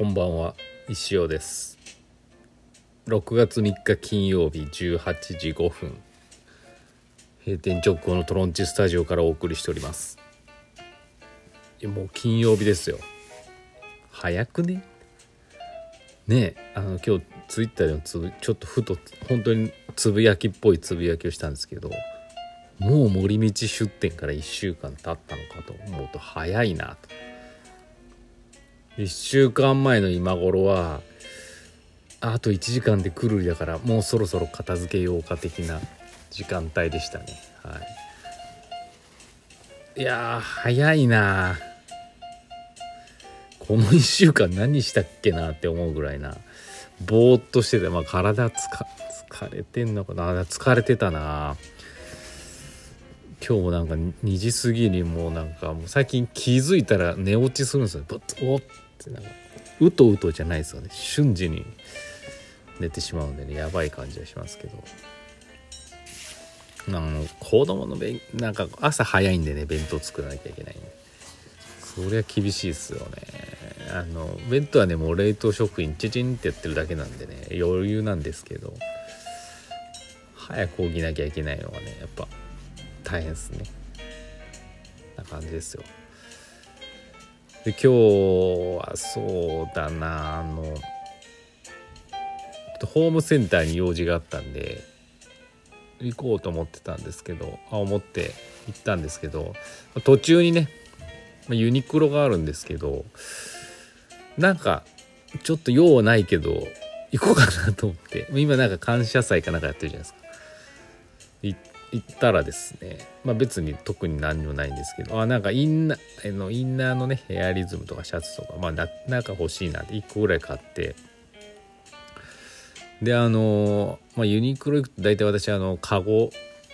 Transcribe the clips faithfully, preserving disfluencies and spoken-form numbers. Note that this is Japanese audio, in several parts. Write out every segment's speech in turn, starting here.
こんばんは、石尾です。ろくがつみっか金曜日じゅうはちじごふん、閉店直後のトロンチスタジオからお送りしております。もう金曜日ですよ。早くねねえ、あの今日ツイッターでもつぶちょっとふと本当につぶやきっぽいつぶやきをしたんですけど、もう森道出店からいっしゅうかん経ったのかと思うと早いなと。いっしゅうかんまえの今頃はあといちじかんで来るだからもうそろそろ片付けようか的な時間帯でしたね。はい、いやー早いな。このいっしゅうかん何したっけなって思うぐらいな、ぼーっとしてて、まあ体つか疲れてんのかな。疲れてたな。今日もなんかにじ過ぎにもうなんかもう最近気づいたら寝落ちするんですよ。ボッとおってなんかうとうとじゃないですよね。瞬時に寝てしまうんでね、やばい感じはしますけど。あの子供のべんなんか朝早いんでね、弁当作らなきゃいけないんで、そりゃ厳しいですよね。あの弁当はねもう冷凍食品チチンってやってるだけなんでね余裕なんですけど、早く起きなきゃいけないのはねやっぱ大変ですね。な感じですよ。で今日はそうだな、あのホームセンターに用事があったんで行こうと思ってたんですけど、あ思って行ったんですけど、途中にねユニクロがあるんですけど、なんかちょっと用ないけど行こうかなと思って、今なんか感謝祭かなんかやってるじゃないですか。い行ったらですね、まあ別に特に何もないんですけど、あなんかインナーのインナーのねエアリズムとかシャツとかまあななんか欲しいなっていっこぐらい買って、であのまあユニクロ行くと大体私あのカゴ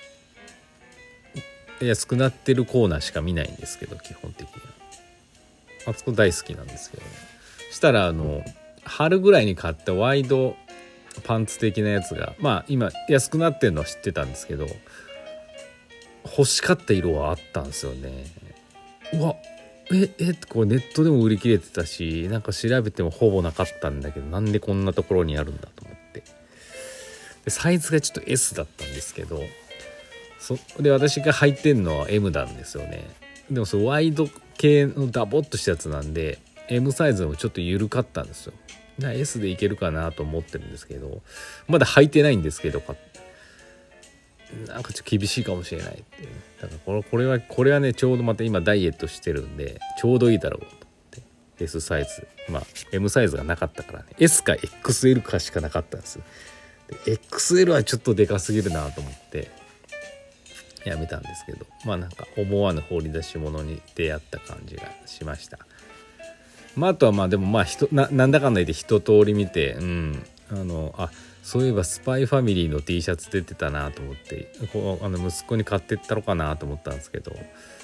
安くなってるコーナーしか見ないんですけど、基本的にはあそこ大好きなんですけどね。したらあの春ぐらいに買ったワイドパンツ的なやつがまあ今安くなってるのは知ってたんですけど、欲しかった色はあったんですよね。うわええこれネットでも売り切れてたし、なんか調べてもほぼなかったんだけど、なんでこんなところにあるんだと思って、でサイズがちょっと エス だったんですけど、そで私が履いてんのは エム なんですよね。でもそのワイド系のダボっとしたやつなんで エム サイズもちょっと緩かったんですよ。だ エス でいけるかなと思ってるんですけど、まだ履いてないんですけど、なんかちょっと厳しいかもしれないっていう、ね、だからこれ、これはこれはねちょうどまた今ダイエットしてるんでちょうどいいだろうと思って エス サイズ、まあ エム サイズがなかったからね エス か エックスエル かしかなかったんです。で エックスエル はちょっとでかすぎるなと思ってやめたんですけど、まあなんか思わぬ放り出し物に出会った感じがしました。まああとはまあでもまあ人 な, なんだかんだ言って一通り見て、うんあのあそういえばスパイファミリーの T シャツ出てたなと思ってこうあの息子に買ってったのかなと思ったんですけど、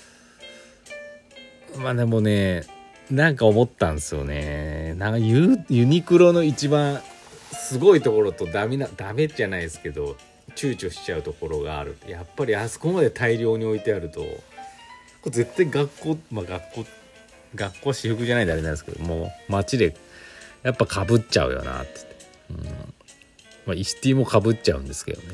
まあでもねなんか思ったんですよね。なんか ユ, ユニクロの一番すごいところとダメなダメじゃないですけど躊躇しちゃうところがある。やっぱりあそこまで大量に置いてあるとこれ絶対学校まあ学校学校私服じゃないんであれなんですけども街でやっぱかぶっちゃうよなって、うんまあ、イシティもかぶっちゃうんですけど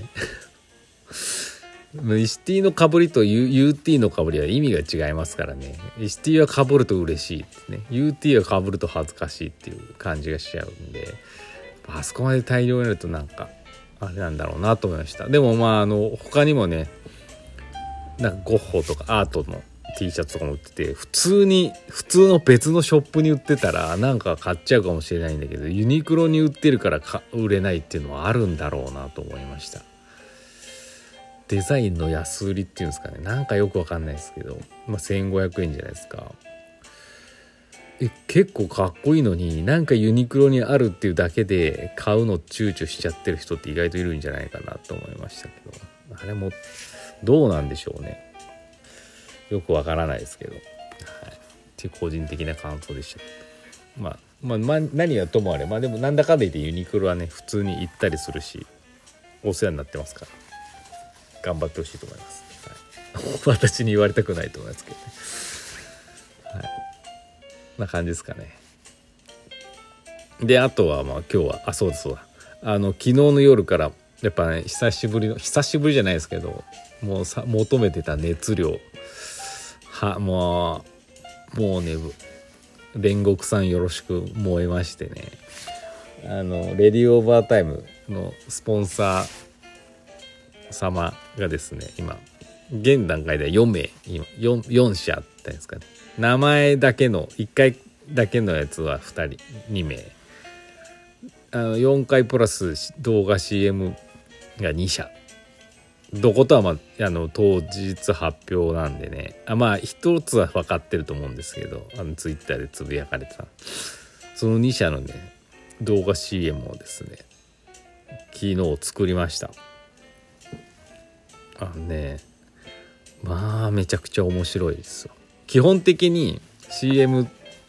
ねイシティのかぶりと ユーティー のかぶりは意味が違いますからね。イシティはかぶると嬉しいってね、 ユーティー はかぶると恥ずかしいっていう感じがしちゃうんで、あそこまで大量になるとなんかあれなんだろうなと思いました。でもまああの他にもねなんかゴッホとかアートの T シャツとかも売ってて、普通に普通の別のショップに売ってたらなんか買っちゃうかもしれないんだけど、ユニクロに売ってるからか売れないっていうのはあるんだろうなと思いました。デザインの安売りっていうんですかね、なんかよくわかんないですけど、まあ、せんごひゃくえんじゃないですか。え結構かっこいいのになんかユニクロにあるっていうだけで買うの躊躇しちゃってる人って意外といるんじゃないかなと思いましたけど、あれもどうなんでしょうね、よくわからないですけど、はい、っていう個人的な感想でした。まあ、まあ、まあ何はともあれまあでもなんだかんだ言ってユニクロはね普通に行ったりするしお世話になってますから頑張ってほしいと思います、はい、私に言われたくないと思いますけどね、はい、こんな感じですかね。 であとはまあ今日はあそうだそうだあの昨日の夜からやっぱね久しぶりの久しぶりじゃないですけどもうさ求めてた熱量はもうもうね煉獄さんよろしく燃えましてねあのレディオーバータイムのスポンサー様がですね今現段階ではよんめい今 4, よん社あったんですかね名前だけのいっかいだけのやつはふたりにめいあのよんかいプラス動画 シーエム がに社どことは、まあ、あの当日発表なんでねあまあ一つは分かってると思うんですけどあのツイッターでつぶやかれてたそのに社のね動画 シーエム をですね昨日作りましたあのねまあめちゃくちゃ面白いですよ基本的に シーエム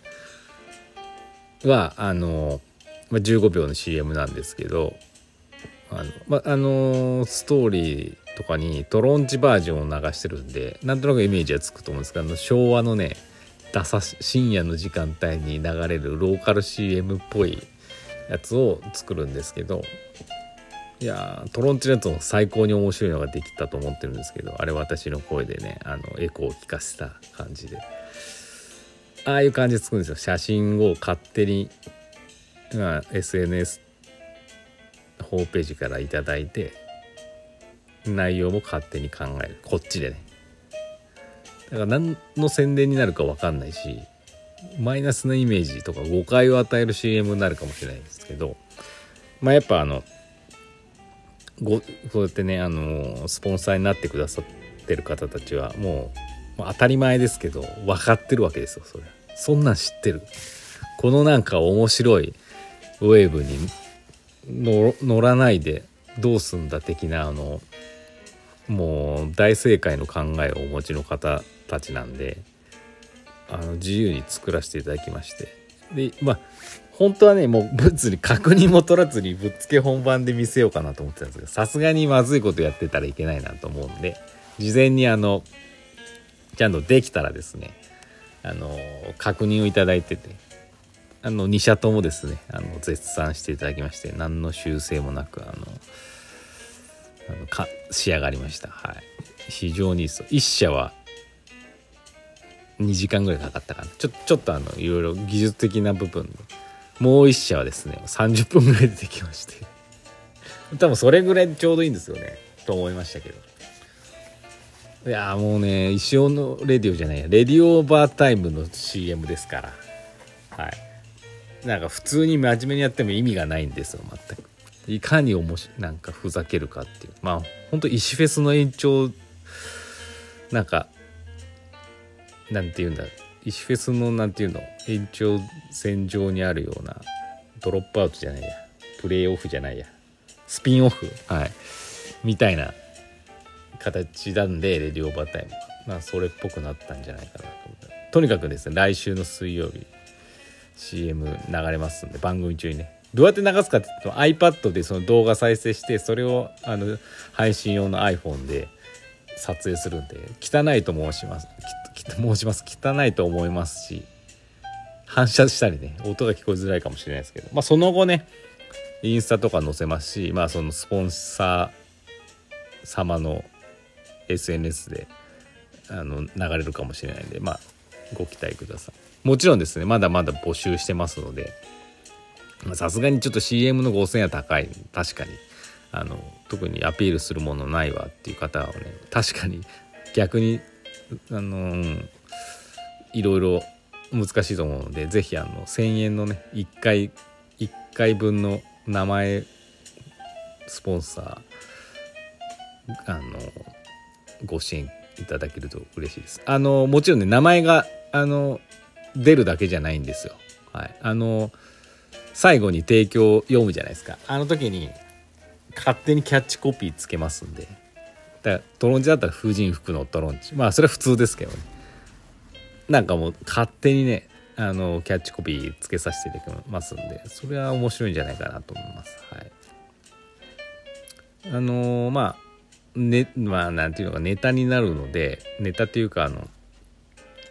はあの、まあ、じゅうごびょうの シーエム なんですけどあの、まあのストーリーとかにトロンチバージョンを流してるんでなんとなくイメージはつくと思うんですけどあの昭和のねダサ深夜の時間帯に流れるローカル シーエム っぽいやつを作るんですけどいやトロンチのやつも最高に面白いのができたと思ってるんですけどあれ私の声でねあのエコーを聞かせた感じでああいう感じで作るんですよ写真を勝手に、まあ、エスエヌエス ホームページからいただいて内容も勝手に考えるこっちでねだから何の宣伝になるか分かんないしマイナスなイメージとか誤解を与える シーエム になるかもしれないんですけどまあやっぱあのごこうやってねあのスポンサーになってくださってる方たちはもう、まあ、当たり前ですけど分かってるわけですよそれそんなん知ってるこのなんか面白いウェーブに乗らないでどうすんだ的なあのもう大正解の考えをお持ちの方たちなんであの自由に作らせていただきましてでまあ本当はねもう物理確認も取らずにぶっつけ本番で見せようかなと思ってたんですけどさすがにまずいことやってたらいけないなと思うんで事前にあのちゃんとできたらですねあの確認をいただいててあのに社ともですねあの絶賛していただきまして何の修正もなくあのあのか仕上がりました。はい、非常にいいです。いっ社はにじかんぐらいかかったかな。ちょちょっとあのいろいろ技術的な部分でもういっ社はですねさんじゅっぷんぐらいでできまして多分それぐらいでちょうどいいんですよねと思いましたけどいやもうね石尾のレディオじゃないやレディオオーバータイムの シーエム ですからはいなんか普通に真面目にやっても意味がないんですよ全くいかにおもしなんかふざけるかっていうまあほんと石フェスの延長なんかなんていうんだ石フェスのなんていうの延長線上にあるようなドロップアウトじゃないやプレイオフじゃないやスピンオフはいみたいな形なんでレディオーバータイムまあそれっぽくなったんじゃないかなと思ってとにかくですね来週の水曜日 シーエム 流れますんで番組中にねどうやって流すかっていうと iPad でその動画再生してそれをあの配信用の iPhone で撮影するんで汚いと申します申します汚いと思いますし反射したりね音が聞こえづらいかもしれないですけど、まあ、その後ねインスタとか載せますし、まあ、そのスポンサー様の エスエヌエス であの流れるかもしれないんで、まあ、ご期待ください。もちろんですねまだまだ募集してますのでさすがにちょっと シーエム のごせんえんは高い確かにあの特にアピールするものないわっていう方はね確かに逆にあのー、いろいろ難しいと思うのでぜひあのせんえんのねいっかいいっかいぶんの名前スポンサーあのご支援いただけると嬉しいです。あのもちろんね名前があの出るだけじゃないんですよ。はい、あの最後に提供を読むじゃないですか。あの時に勝手にキャッチコピーつけますんでだからトロンチだったら風神服のトロンチまあそれは普通ですけどねなんかもう勝手にねあのキャッチコピーつけさせていただきますんでそれは面白いんじゃないかなと思います。はい、あのー、まあねまあなんていうのかネタになるのでネタっていうかあの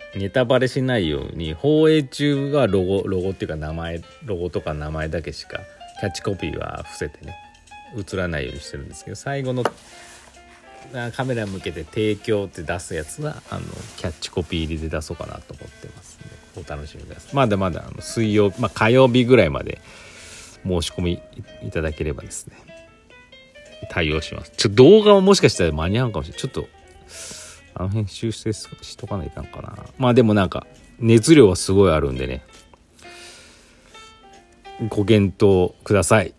ネタバレしないように放映中はロゴロゴっていうか名前ロゴとか名前だけしかキャッチコピーは伏せてね映らないようにしてるんですけど、最後のカメラ向けて提供って出すやつはあのキャッチコピー入りで出そうかなと思ってますので、お楽しみください。まだまだあの水曜、まあ、火曜日ぐらいまで申し込みいただければですね対応します。ちょっと動画ももしかしたら間に合うかもしれない。ちょっとあの辺修正しとかないかんかな。まあでもなんか熱量はすごいあるんでね、ご検討ください。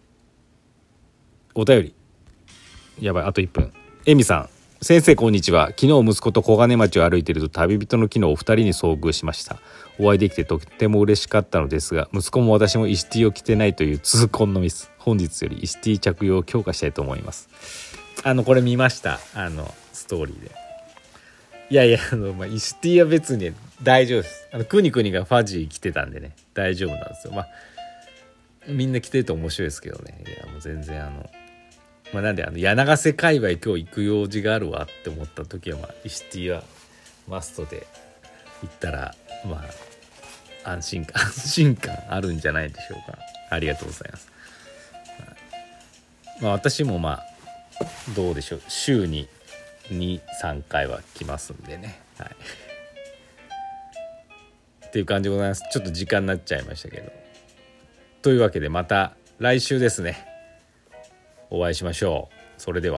お便りやばい、あといっぷん。エミさん、先生こんにちは。昨日息子と小金町を歩いていると旅人の木のお二人に遭遇しました。お会いできてとっても嬉しかったのですが、息子も私もイシティを着てないという痛恨のミス。本日よりイシティ着用を強化したいと思います。あのこれ見ました、あのストーリーで。いやいやあの、まあ、イシティは別に大丈夫です。あのクニクニがファジー着てたんでね大丈夫なんですよ。まあみんな着てると面白いですけどね。いやもう全然あのまあなんであの柳瀬界隈今日行く用事があるわって思った時は、まあ、イシティはマストで行ったらまあ安心感安心感あるんじゃないでしょうか。ありがとうございます。まあ私もまあどうでしょう、週ににさんかいは来ますんでね、はい、っていう感じでございます。ちょっと時間になっちゃいましたけど、というわけでまた来週ですねお会いしましょう。それでは。